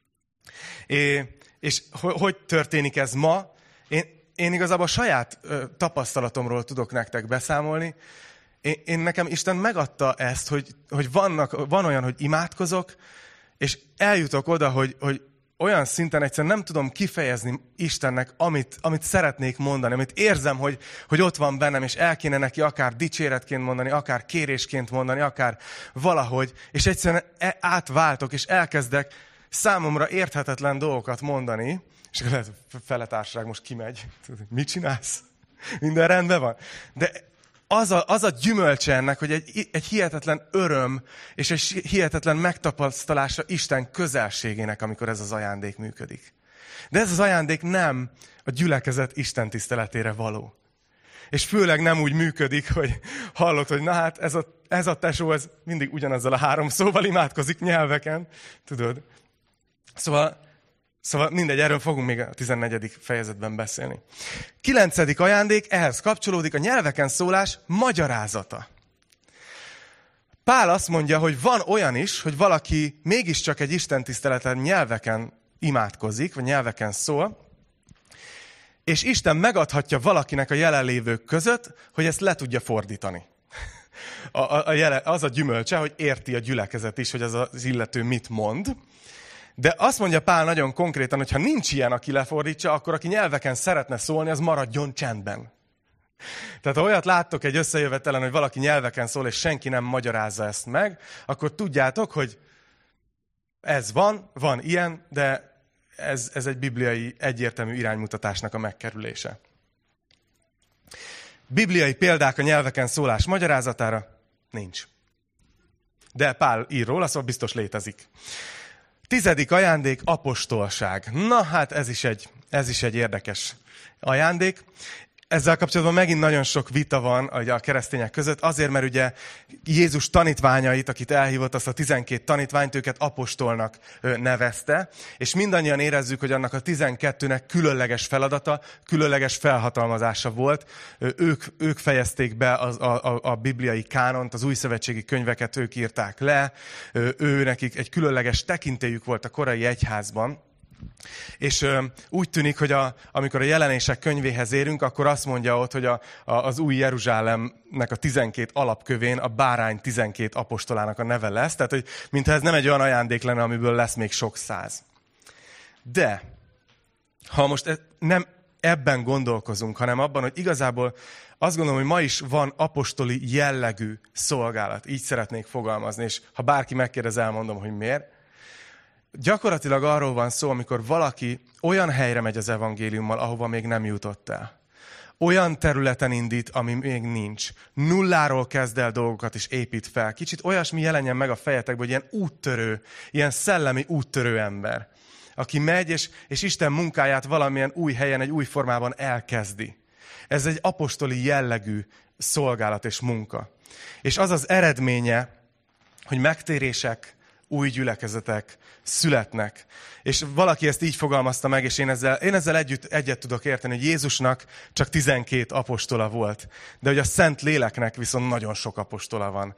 És hogy történik ez ma? Én igazából saját tapasztalatomról tudok nektek beszámolni. Nekem Isten megadta ezt, hogy van olyan, hogy imádkozok, és eljutok oda, hogy olyan szinten egyszerűen nem tudom kifejezni Istennek, amit szeretnék mondani, amit érzem, hogy ott van bennem, és el kéne neki akár dicséretként mondani, akár kérésként mondani, akár valahogy, és egyszerűen átváltok, és elkezdek számomra érthetetlen dolgokat mondani, és akkor lehet, hogy feletársaság most kimegy. Mit csinálsz? Minden rendben van? De az a gyümölcse ennek, hogy egy hihetetlen öröm, és egy hihetetlen megtapasztalása Isten közelségének, amikor ez az ajándék működik. De ez az ajándék nem a gyülekezet Isten tiszteletére való. És főleg nem úgy működik, hogy hallod, hogy na hát ez a tesó, ez mindig ugyanazzal a 3 szóval imádkozik nyelveken. Tudod? Szóval mindegy, erről fogunk még a 14. fejezetben beszélni. 9. ajándék, ehhez kapcsolódik a nyelveken szólás magyarázata. Pál azt mondja, hogy van olyan is, hogy valaki mégiscsak egy istentiszteleten nyelveken imádkozik, vagy nyelveken szól, és Isten megadhatja valakinek a jelenlévők között, hogy ezt le tudja fordítani. Az a gyümölcse, hogy érti a gyülekezet is, hogy az illető mit mond. De azt mondja Pál nagyon konkrétan, hogy ha nincs ilyen, aki lefordítsa, akkor aki nyelveken szeretne szólni, az maradjon csendben. Tehát ha olyat láttok egy összejövetelen, hogy valaki nyelveken szól, és senki nem magyarázza ezt meg, akkor tudjátok, hogy ez van ilyen, de ez egy bibliai egyértelmű iránymutatásnak a megkerülése. Bibliai példák a nyelveken szólás magyarázatára nincs. De Pál ír róla, szóval biztos létezik. 10. ajándék, apostolság. Na hát ez is egy érdekes ajándék. Ezzel kapcsolatban megint nagyon sok vita van a keresztények között, azért, mert ugye Jézus tanítványait, akit elhívott, azt a 12 tanítványt, őket apostolnak nevezte, és mindannyian érezzük, hogy annak a 12-nek különleges feladata, különleges felhatalmazása volt. Ők fejezték be a bibliai kánont, az újszövetségi könyveket ők írták le, nekik egy különleges tekintélyük volt a korai egyházban. És úgy tűnik, hogy amikor a jelenések könyvéhez érünk, akkor azt mondja ott, hogy az új Jeruzsálemnek a 12 alapkövén a bárány 12 apostolának a neve lesz. Tehát, hogy mintha ez nem egy olyan ajándék lenne, amiből lesz még sok száz. De, ha most nem ebben gondolkozunk, hanem abban, hogy igazából azt gondolom, hogy ma is van apostoli jellegű szolgálat. Így szeretnék fogalmazni, és ha bárki megkérdez, elmondom, hogy miért. Gyakorlatilag arról van szó, amikor valaki olyan helyre megy az evangéliummal, ahova még nem jutott el. Olyan területen indít, ami még nincs. Nulláról kezd el dolgokat és épít fel. Kicsit olyasmi jelenjen meg a fejetekben, hogy ilyen úttörő, ilyen szellemi úttörő ember, aki megy, és Isten munkáját valamilyen új helyen, egy új formában elkezdi. Ez egy apostoli jellegű szolgálat és munka. És az az eredménye, hogy megtérések, új gyülekezetek születnek. És valaki ezt így fogalmazta meg, és én ezzel egyet tudok érteni, hogy Jézusnak csak 12 apostola volt. De hogy a Szent Léleknek viszont nagyon sok apostola van.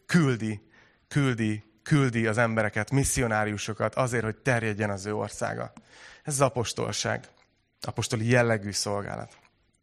Küldi az embereket, misszionáriusokat azért, hogy terjedjen az ő országa. Ez az apostolság. Apostoli jellegű szolgálat.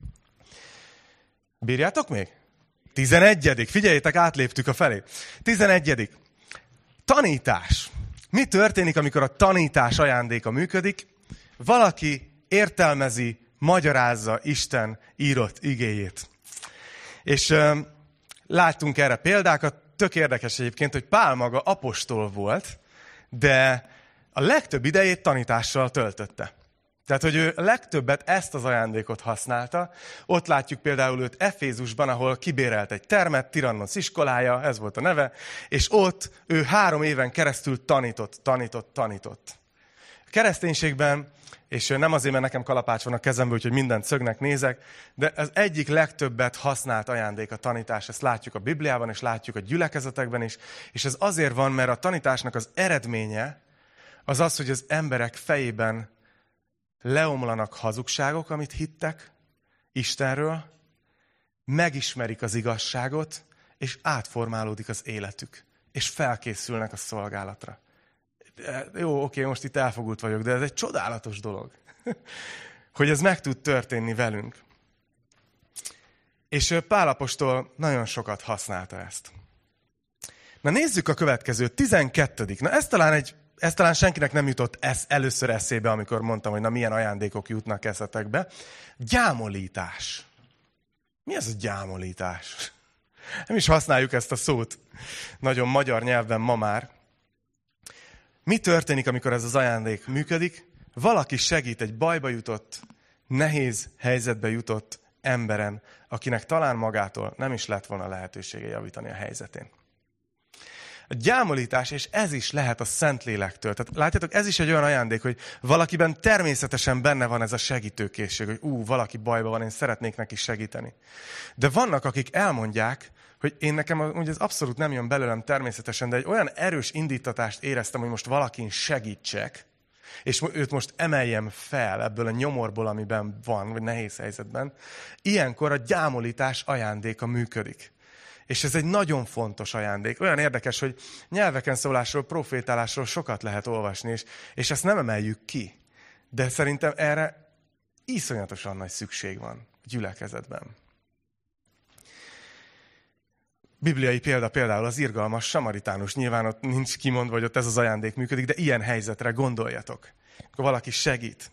Bírjátok még? 11. Figyeljétek, átléptük a felé. 11. Tanítás. Mi történik, amikor a tanítás ajándéka működik? Valaki értelmezi, magyarázza Isten írott igéjét. És láttunk erre példákat. Tök érdekes egyébként, hogy Pál maga apostol volt, de a legtöbb idejét tanítással töltötte. Tehát, hogy ő legtöbbet ezt az ajándékot használta. Ott látjuk például őt Efézusban, ahol kibérelt egy termet, Tirannosz iskolája, ez volt a neve, és ott ő 3 éven keresztül tanított. A kereszténységben, és nem azért, mert nekem kalapács van a kezemben, úgyhogy mindent szögnek nézek, de az egyik legtöbbet használt ajándék a tanítás. Ezt látjuk a Bibliában, és látjuk a gyülekezetekben is. És ez azért van, mert a tanításnak az eredménye az az, hogy az emberek fejében leomlanak hazugságok, amit hittek Istenről, megismerik az igazságot, és átformálódik az életük, és felkészülnek a szolgálatra. Jó, oké, most itt elfogult vagyok, de ez egy csodálatos dolog, hogy ez meg tud történni velünk. És Pál apostol nagyon sokat használta ezt. Na nézzük a következőt, 12. Na ez talán senkinek nem jutott először eszébe, amikor mondtam, hogy na milyen ajándékok jutnak eszetekbe. Gyámolítás. Mi ez a gyámolítás? Nem is használjuk ezt a szót nagyon magyar nyelven ma már. Mi történik, amikor ez az ajándék működik? Valaki segít egy bajba jutott, nehéz helyzetbe jutott emberen, akinek talán magától nem is lett volna lehetősége javítani a helyzetén. A gyámolítás, és ez is lehet a Szentlélektől. Tehát látjátok, ez is egy olyan ajándék, hogy valakiben természetesen benne van ez a segítőkészség, hogy valaki bajban van, én szeretnék neki segíteni. De vannak, akik elmondják, hogy nekem ugye ez abszolút nem jön belőlem természetesen, de egy olyan erős indítatást éreztem, hogy most valakin segítsek, és őt most emeljem fel ebből a nyomorból, amiben van, vagy nehéz helyzetben. Ilyenkor a gyámolítás ajándéka működik. És ez egy nagyon fontos ajándék. Olyan érdekes, hogy nyelveken szólásról, profétálásról sokat lehet olvasni, és ezt nem emeljük ki. De szerintem erre iszonyatosan nagy szükség van a gyülekezetben. Bibliai példa például az irgalmas samaritánus. Nyilván ott nincs kimondva, hogy ott ez az ajándék működik, de ilyen helyzetre gondoljatok. Akkor valaki segít.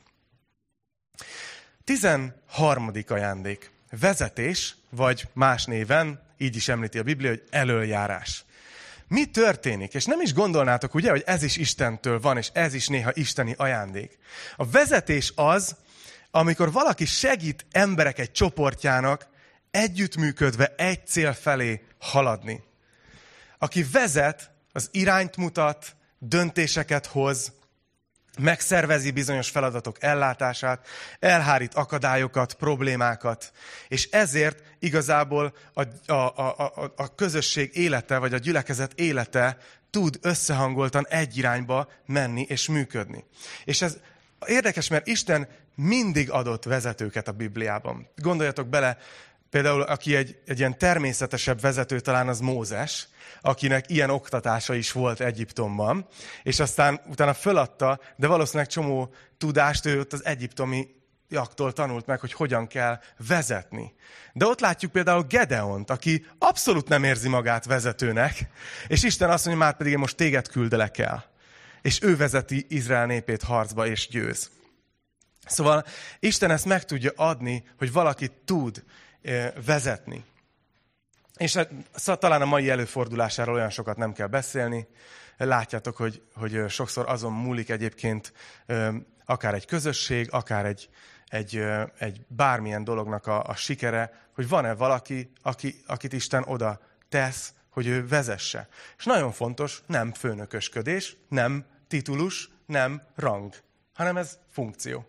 13. ajándék. Vezetés, vagy más néven, így is említi a Biblia, hogy elöljárás. Mi történik? És nem is gondolnátok, ugye, hogy ez is Istentől van, és ez is néha isteni ajándék. A vezetés az, amikor valaki segít emberek egy csoportjának együttműködve egy cél felé haladni. Aki vezet, az irányt mutat, döntéseket hoz, megszervezi bizonyos feladatok ellátását, elhárít akadályokat, problémákat, és ezért igazából a közösség élete, vagy a gyülekezet élete tud összehangoltan egy irányba menni és működni. És ez érdekes, mert Isten mindig adott vezetőket a Bibliában. Gondoljatok bele, például aki egy ilyen természetesebb vezető talán az Mózes, akinek ilyen oktatása is volt Egyiptomban, és aztán utána föladta, de valószínűleg csomó tudást ő ott az egyiptomiaktól tanult meg, hogy hogyan kell vezetni. De ott látjuk például Gedeont, aki abszolút nem érzi magát vezetőnek, és Isten azt mondja, már pedig én most téged küldelek el. És ő vezeti Izrael népét harcba, és győz. Szóval Isten ezt meg tudja adni, hogy valaki tud vezetni. És talán a mai előfordulásáról olyan sokat nem kell beszélni. Látjátok, hogy sokszor azon múlik egyébként akár egy közösség, akár egy bármilyen dolognak a sikere, hogy van-e valaki, akit Isten oda tesz, hogy ő vezesse. És nagyon fontos, nem főnökösködés, nem titulus, nem rang, hanem ez funkció.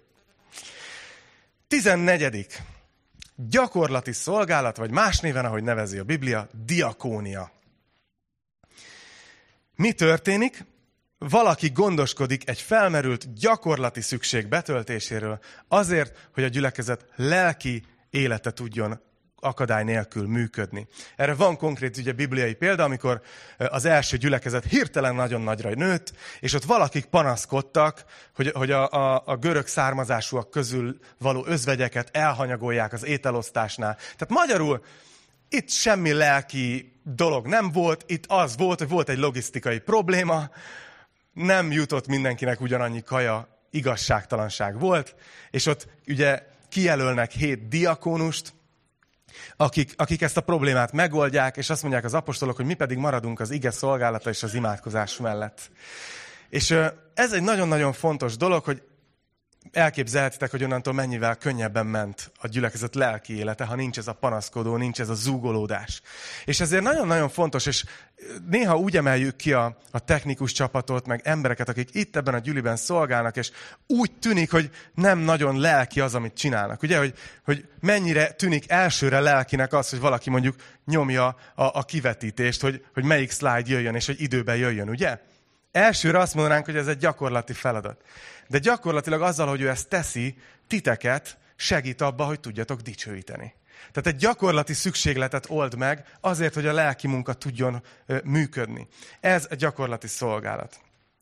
14. Gyakorlati szolgálat, vagy más néven, ahogy nevezi a Biblia, diakónia. Mi történik? Valaki gondoskodik egy felmerült gyakorlati szükség betöltéséről azért, hogy a gyülekezet lelki élete tudjon akadály nélkül működni. Erre van konkrét ugye bibliai példa, amikor az első gyülekezet hirtelen nagyon nagyra nőtt, és ott valakik panaszkodtak, hogy a görög származásúak közül való özvegyeket elhanyagolják az ételosztásnál. Tehát magyarul itt semmi lelki dolog nem volt, itt az volt, hogy volt egy logisztikai probléma, nem jutott mindenkinek ugyanannyi kaja, igazságtalanság volt, és ott ugye kijelölnek 7 diakónust, akik ezt a problémát megoldják, és azt mondják az apostolok, hogy mi pedig maradunk az ige szolgálata és az imádkozás mellett. És ez egy nagyon-nagyon fontos dolog, hogy elképzelhetitek, hogy onnantól mennyivel könnyebben ment a gyülekezet lelki élete, ha nincs ez a panaszkodó, nincs ez a zúgolódás. És ezért nagyon-nagyon fontos, és néha úgy emeljük ki a technikus csapatot, meg embereket, akik itt ebben a gyüliben szolgálnak, és úgy tűnik, hogy nem nagyon lelki az, amit csinálnak. Ugye, hogy mennyire tűnik elsőre lelkinek az, hogy valaki mondjuk nyomja a kivetítést, hogy melyik slide jöjjön, és hogy időben jöjjön, ugye? Elsőre azt mondanánk, hogy ez egy gyakorlati feladat. De gyakorlatilag azzal, hogy ő ezt teszi, titeket segít abba, hogy tudjatok dicsőíteni. Tehát egy gyakorlati szükségletet old meg azért, hogy a lelki munka tudjon működni. Ez a gyakorlati szolgálat.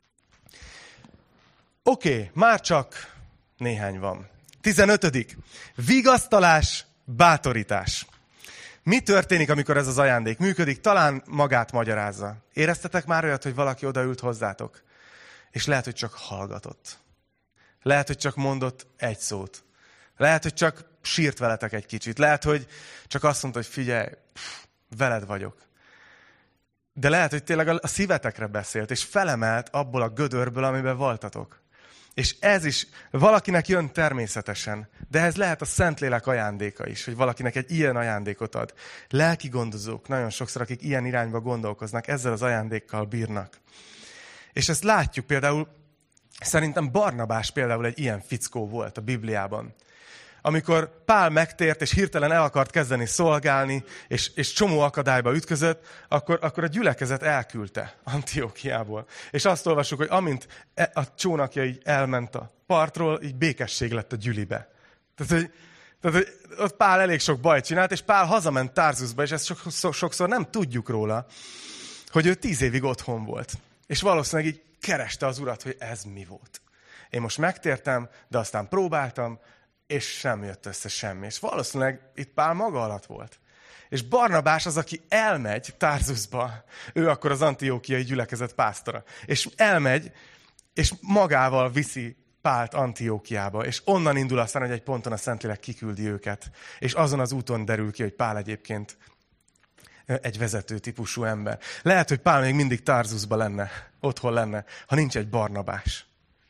Oké, már csak néhány van. 15. Vigasztalás, bátorítás. Mi történik, amikor ez az ajándék működik? Talán magát magyarázza. Éreztetek már olyat, hogy valaki odaült hozzátok, és lehet, hogy csak hallgatott. Lehet, hogy csak mondott egy szót. Lehet, hogy csak sírt veletek egy kicsit. Lehet, hogy csak azt mondta, hogy figyelj, veled vagyok. De lehet, hogy tényleg a szívetekre beszélt, és felemelt abból a gödörből, amiben voltatok. És ez is valakinek jön természetesen, de ez lehet a Szentlélek ajándéka is, hogy valakinek egy ilyen ajándékot ad. Lelki gondozók nagyon sokszor, akik ilyen irányba gondolkoznak, ezzel az ajándékkal bírnak. És ezt látjuk például, szerintem Barnabás például egy ilyen fickó volt a Bibliában. Amikor Pál megtért, és hirtelen el akart kezdeni szolgálni, és csomó akadályba ütközött, akkor a gyülekezet elküldte Antiókiából. És azt olvassuk, hogy amint a csónakja így elment a partról, így békesség lett a gyülibe. Tehát, hogy ott Pál elég sok bajt csinált, és Pál hazament Tarzusba, és ezt sokszor nem tudjuk róla, hogy ő 10 évig otthon volt. És valószínűleg így kereste az Urat, hogy ez mi volt. Én most megtértem, de aztán próbáltam, és sem jött össze semmi. És valószínűleg itt Pál maga alatt volt. És Barnabás az, aki elmegy Tarzusba, ő akkor az antiókiai gyülekezet pásztora. És elmegy, és magával viszi Pált Antiókiába, és onnan indul aztán, hogy egy ponton a Szentlélek kiküldi őket. És azon az úton derül ki, hogy Pál egyébként egy vezető típusú ember. Lehet, hogy Pál még mindig Tarzusba lenne, otthon lenne, ha nincs egy Barnabás.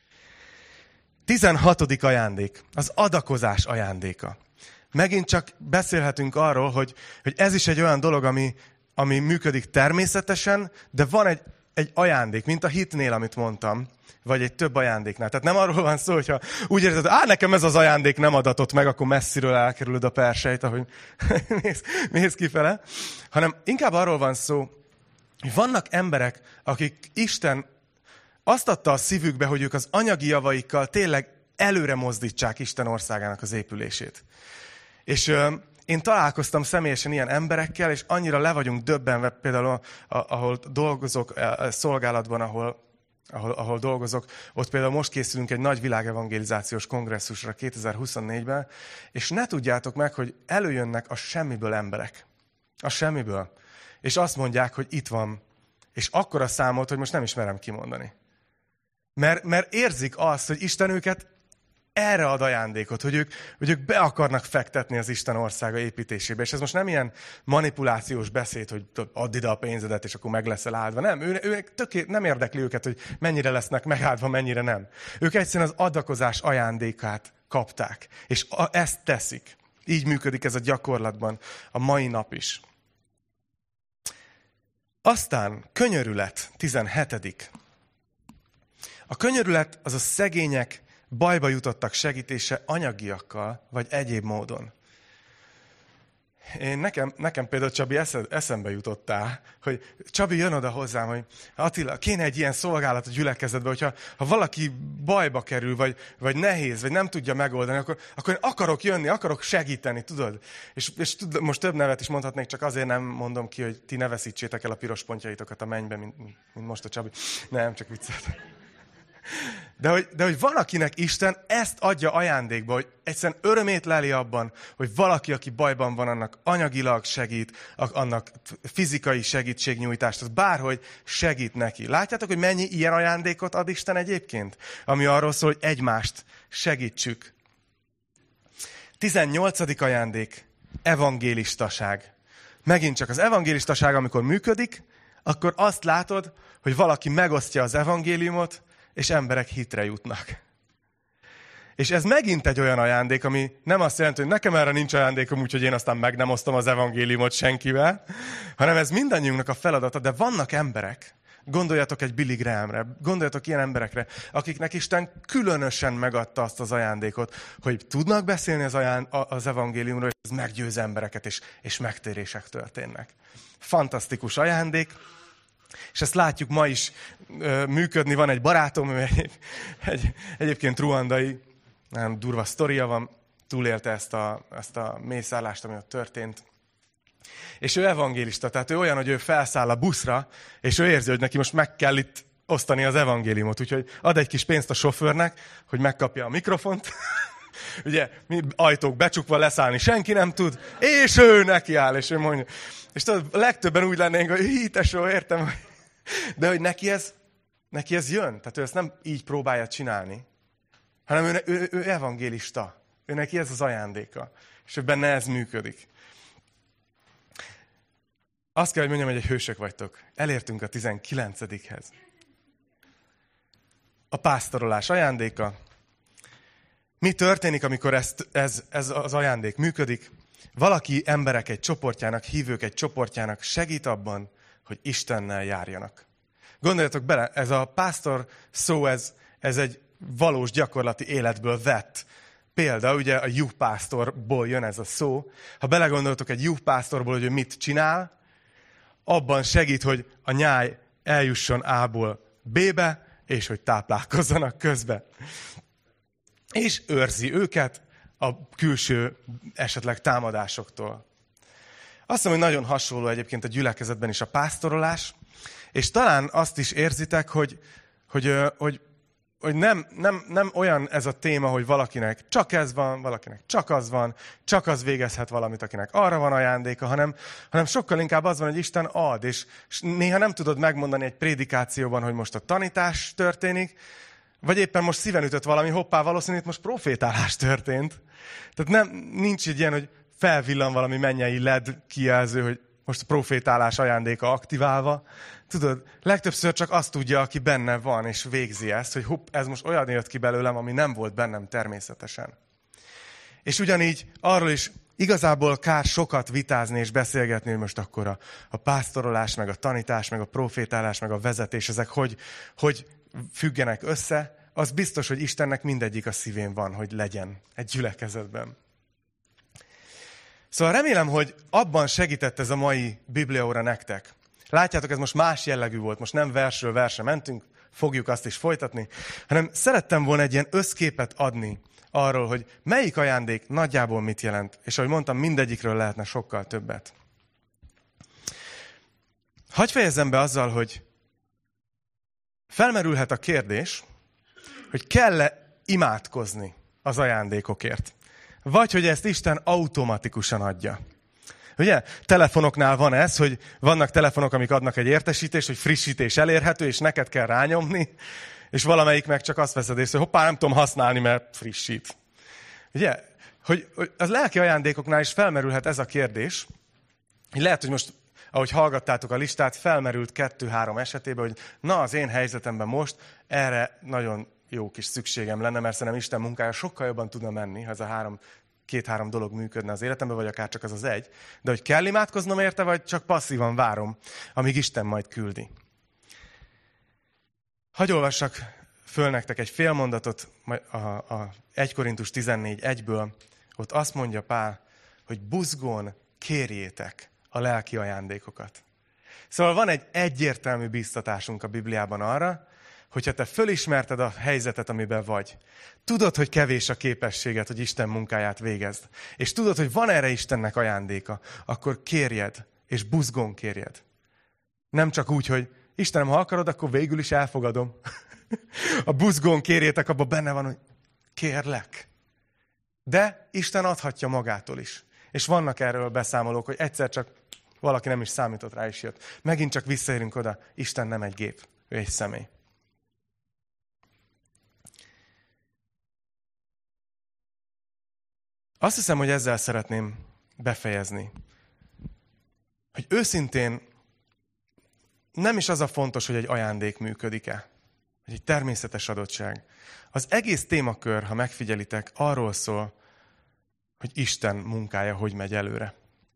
16. ajándék, az adakozás ajándéka. Megint csak beszélhetünk arról, hogy ez is egy olyan dolog, ami működik természetesen, de van egy ajándék, mint a hitnél, amit mondtam, vagy egy több ajándéknál. Tehát nem arról van szó, hogyha úgy érzed, hogy nekem ez az ajándék nem adatott meg, akkor messziről elkerülöd a persejt, ahogy mész kifele, hanem inkább arról van szó, hogy vannak emberek, akik Isten azt adta a szívükbe, hogy ők az anyagi javaikkal tényleg előre mozdítsák Isten országának az épülését. És én találkoztam személyesen ilyen emberekkel, és annyira le vagyunk döbbenve, például ahol dolgozok, szolgálatban, ahol dolgozok, ott például most készülünk egy nagy világevangelizációs kongresszusra 2024-ben, és ne tudjátok meg, hogy előjönnek a semmiből emberek. A semmiből. És azt mondják, hogy itt van. És akkora számot, hogy most nem is merem kimondani. Mert érzik azt, hogy Isten őket erre ad ajándékot, hogy ők be akarnak fektetni az Isten országa építésébe. És ez most nem ilyen manipulációs beszéd, hogy add ide a pénzedet, és akkor meg leszel áldva. Nem, nem érdekli őket, hogy mennyire lesznek megáldva, mennyire nem. Ők egyszerűen az adakozás ajándékát kapták. És ezt teszik. Így működik ez a gyakorlatban a mai nap is. Aztán könyörület, 17. A könyörület az a szegények, bajba jutottak segítése anyagiakkal, vagy egyéb módon. Nekem például Csabi eszembe jutottál, hogy Csabi jön oda hozzám, hogy Attila, kéne egy ilyen szolgálat a gyülekezetben, hogyha valaki bajba kerül, vagy nehéz, vagy nem tudja megoldani, akkor én akarok jönni, akarok segíteni, tudod? És most több nevet is mondhatnék, csak azért nem mondom ki, hogy ti ne veszítsétek el a piros pontjaitokat a mennybe, mint most a Csabi. Nem, csak vicceltem. De hogy van, akinek Isten ezt adja ajándékba, hogy egyszerűen örömét leli abban, hogy valaki, aki bajban van, annak anyagilag segít, annak fizikai segítségnyújtást, az bárhogy segít neki. Látjátok, hogy mennyi ilyen ajándékot ad Isten egyébként? Ami arról szól, hogy egymást segítsük. 18. ajándék, evangélistaság. Megint csak az evangélistaság, amikor működik, akkor azt látod, hogy valaki megosztja az evangéliumot, és emberek hitre jutnak. És ez megint egy olyan ajándék, ami nem azt jelenti, hogy nekem erre nincs ajándékom, úgyhogy én aztán meg nem osztom az evangéliumot senkivel, hanem ez mindannyiunknak a feladata, de vannak emberek, gondoljatok egy Billy Grahamre, gondoljatok ilyen emberekre, akiknek Isten különösen megadta azt az ajándékot, hogy tudnak beszélni az evangéliumról, és ez meggyőz embereket, és megtérések történnek. Fantasztikus ajándék. És ezt látjuk ma is működni. Van egy barátom, egyébként ruandai, nagyon durva sztoria van, túlélte ezt a mészárlást, ami ott történt. És ő evangélista, tehát ő olyan, hogy ő felszáll a buszra, és ő érzi, hogy neki most meg kell itt osztani az evangéliumot. Úgyhogy ad egy kis pénzt a sofőrnek, hogy megkapja a mikrofont. Ugye, ajtók becsukva, leszállni senki nem tud, és ő nekiáll, és ő mondja. És tudod, legtöbben úgy lennénk, hogy tesó, értem, de hogy neki ez jön. Tehát ő ezt nem így próbálja csinálni, hanem ő evangélista. Ő neki ez az ajándéka. És ő benne ez működik. Azt kell, hogy mondjam, hogy egy hősök vagytok. Elértünk a 19-hez. A pásztorolás ajándéka. Mi történik, amikor ez az ajándék működik? Valaki emberek egy csoportjának, hívők egy csoportjának segít abban, hogy Istennel járjanak. Gondoljatok bele, ez a pásztor szó, ez egy valós gyakorlati életből vett példa. Ugye a juhpásztorból jön ez a szó. Ha belegondoltok egy juhpásztorból, hogy ő mit csinál, abban segít, hogy a nyáj eljusson A-ból B-be, és hogy táplálkozzanak közben. És őrzi őket a külső esetleg támadásoktól. Azt mondom, hogy nagyon hasonló egyébként a gyülekezetben is a pásztorolás, és talán azt is érzitek, hogy nem olyan ez a téma, hogy valakinek csak ez van, valakinek csak az van, csak az végezhet valamit, akinek arra van ajándéka, hanem sokkal inkább az van, hogy Isten ad, és néha nem tudod megmondani egy prédikációban, hogy most a tanítás történik, vagy éppen most szíven ütött valami, hoppá, valószínűleg most profétálás történt. Tehát nincs egy ilyen, hogy felvillan valami mennyei LED kijelző, hogy most a profétálás ajándéka aktiválva. Tudod, legtöbbször csak azt tudja, aki benne van, és végzi ezt, hogy ez most olyan jött ki belőlem, ami nem volt bennem természetesen. És ugyanígy arról is igazából kár sokat vitázni és beszélgetni, hogy most akkor a pásztorolás, meg a tanítás, meg a profétálás, meg a vezetés, ezek hogy függenek össze, az biztos, hogy Istennek mindegyik a szívén van, hogy legyen egy gyülekezetben. Szóval remélem, hogy abban segített ez a mai bibliaóra nektek. Látjátok, ez most más jellegű volt, most nem versről versre mentünk, fogjuk azt is folytatni, hanem szerettem volna egy ilyen összképet adni arról, hogy melyik ajándék nagyjából mit jelent, és ahogy mondtam, mindegyikről lehetne sokkal többet. Hadd fejezzem be azzal, hogy felmerülhet a kérdés, hogy kell-e imádkozni az ajándékokért. Vagy hogy ezt Isten automatikusan adja. Ugye? Telefonoknál van ez, hogy vannak telefonok, amik adnak egy értesítést, hogy frissítés elérhető, és neked kell rányomni, És valamelyik meg csak azt veszed észre, hogy hoppá, nem tudom használni, mert frissít. Ugye? Hogy az lelki ajándékoknál is felmerülhet ez a kérdés, hogy lehet, hogy most, ahogy hallgattátok a listát, felmerült 2-3 esetében, hogy na, az én helyzetemben most erre nagyon jó kis szükségem lenne, mert szerintem Isten munkája sokkal jobban tudna menni, ha ez a 2-3 dolog működne az életemben, vagy akár csak az egy. De hogy kell imádkoznom érte, vagy csak passzívan várom, amíg Isten majd küldi. Hadd olvassak föl nektek egy fél mondatot a 1 Korintus 14:1-ből. Ott azt mondja Pál, hogy buzgón kérjétek a lelki ajándékokat. Szóval van egy egyértelmű bíztatásunk a Bibliában arra, hogyha te fölismerted a helyzetet, amiben vagy, tudod, hogy kevés a képességed, hogy Isten munkáját végezd, és tudod, hogy van erre Istennek ajándéka, akkor kérjed, és buzgón kérjed. Nem csak úgy, hogy Istenem, ha akarod, akkor végül is elfogadom. A buzgón kérjétek, abban benne van, hogy kérlek. De Isten adhatja magától is. És vannak erről beszámolók, hogy egyszer csak valaki nem is számított rá, is jött. Megint csak visszaérünk oda, Isten nem egy gép, ő egy személy. Azt hiszem, hogy ezzel szeretném befejezni. Hogy őszintén nem is az a fontos, hogy egy ajándék működik-e. Hogy egy természetes adottság. Az egész témakör, ha megfigyelitek, arról szól, hogy Isten munkája hogy megy előre.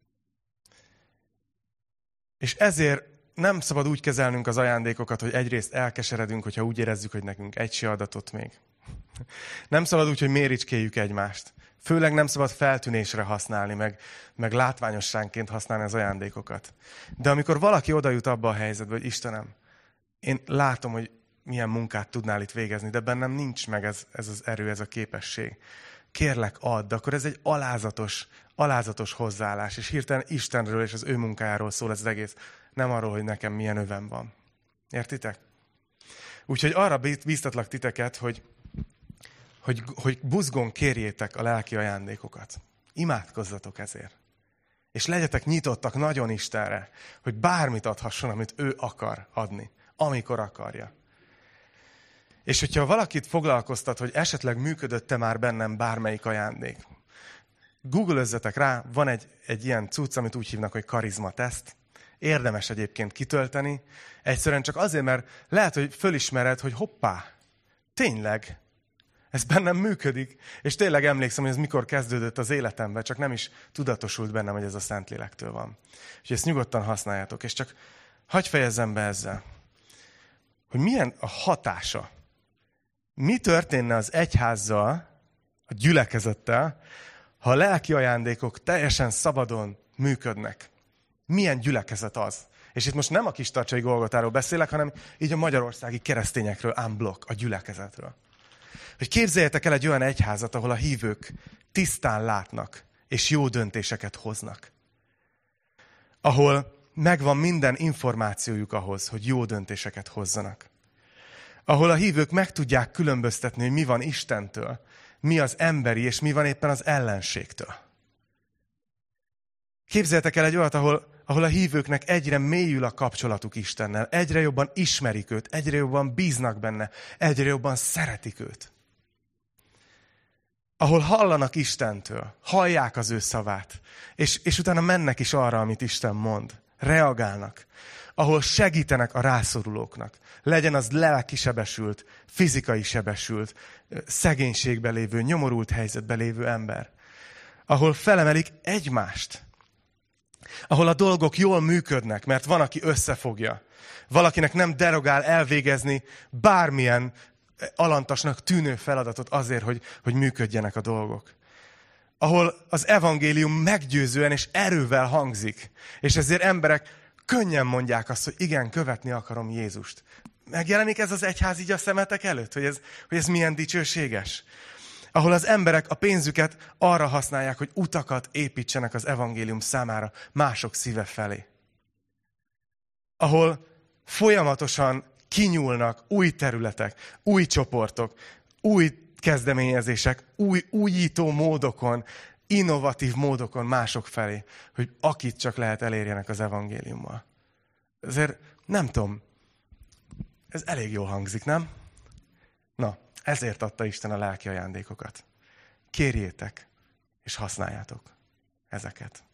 És ezért nem szabad úgy kezelnünk az ajándékokat, hogy egyrészt elkeseredünk, hogyha úgy érezzük, hogy nekünk egy se adatot még. Nem szabad úgy, hogy méricskéljük egymást. Főleg nem szabad feltűnésre használni, meg látványosságként használni az ajándékokat. De amikor valaki oda jut abba a helyzetbe, hogy Istenem, én látom, hogy milyen munkát tudnál itt végezni, de bennem nincs meg ez az erő, ez a képesség. Kérlek, add, akkor ez egy alázatos hozzáállás, és hirtelen Istenről és az ő munkájáról szól ez az egész, nem arról, hogy nekem milyen övem van. Értitek? Úgyhogy arra bíztatlak titeket, hogy buzgón kérjétek a lelki ajándékokat. Imádkozzatok ezért. És legyetek nyitottak nagyon Istenre, hogy bármit adhasson, amit ő akar adni, amikor akarja. És hogyha valakit foglalkoztat, hogy esetleg működött-e már bennem bármelyik ajándék, Google-özzetek rá, van egy ilyen cucc, amit úgy hívnak, hogy karizmateszt. Érdemes egyébként kitölteni. Egyszerűen csak azért, mert lehet, hogy fölismered, hogy hoppá, tényleg, ez bennem működik. És tényleg emlékszem, hogy ez mikor kezdődött az életemben, csak nem is tudatosult bennem, hogy ez a Szentlélektől van. Úgyhogy ezt nyugodtan használjátok. És csak hadd fejezzem be ezzel, hogy milyen a hatása. Mi történne az egyházzal, a gyülekezettel, ha a lelki ajándékok teljesen szabadon működnek? Milyen gyülekezet az? És itt most nem a Kistarcsai Golgotáról beszélek, hanem így a magyarországi keresztényekről, unblock, a gyülekezetről. Hogy képzeljétek el egy olyan egyházat, ahol a hívők tisztán látnak, és jó döntéseket hoznak. Ahol megvan minden információjuk ahhoz, hogy jó döntéseket hozzanak. Ahol a hívők meg tudják különböztetni, hogy mi van Istentől, mi az emberi, és mi van éppen az ellenségtől. Képzeljétek el egy olyat, ahol a hívőknek egyre mélyül a kapcsolatuk Istennel, egyre jobban ismerik őt, egyre jobban bíznak benne, egyre jobban szeretik őt. Ahol hallanak Istentől, hallják az ő szavát, és utána mennek is arra, amit Isten mond. Reagálnak. Ahol segítenek a rászorulóknak. Legyen az lelki sebesült, fizikai sebesült, szegénységben lévő, nyomorult helyzetben lévő ember. Ahol felemelik egymást. Ahol a dolgok jól működnek, mert van, aki összefogja. Valakinek nem derogál elvégezni bármilyen alantasnak tűnő feladatot azért, hogy működjenek a dolgok. Ahol az evangélium meggyőzően és erővel hangzik, és ezért emberek könnyen mondják azt, hogy igen, követni akarom Jézust. Megjelenik ez az egyház így a szemetek előtt, hogy ez milyen dicsőséges? Ahol az emberek a pénzüket arra használják, hogy utakat építsenek az evangélium számára mások szíve felé. Ahol folyamatosan kinyúlnak új területek, új csoportok, új kezdeményezések, új újító módokon, innovatív módokon mások felé, hogy akit csak lehet elérjenek az evangéliummal. Ezért nem tudom, ez elég jól hangzik, nem? Na, ezért adta Isten a lelki ajándékokat. Kérjétek, és használjátok ezeket.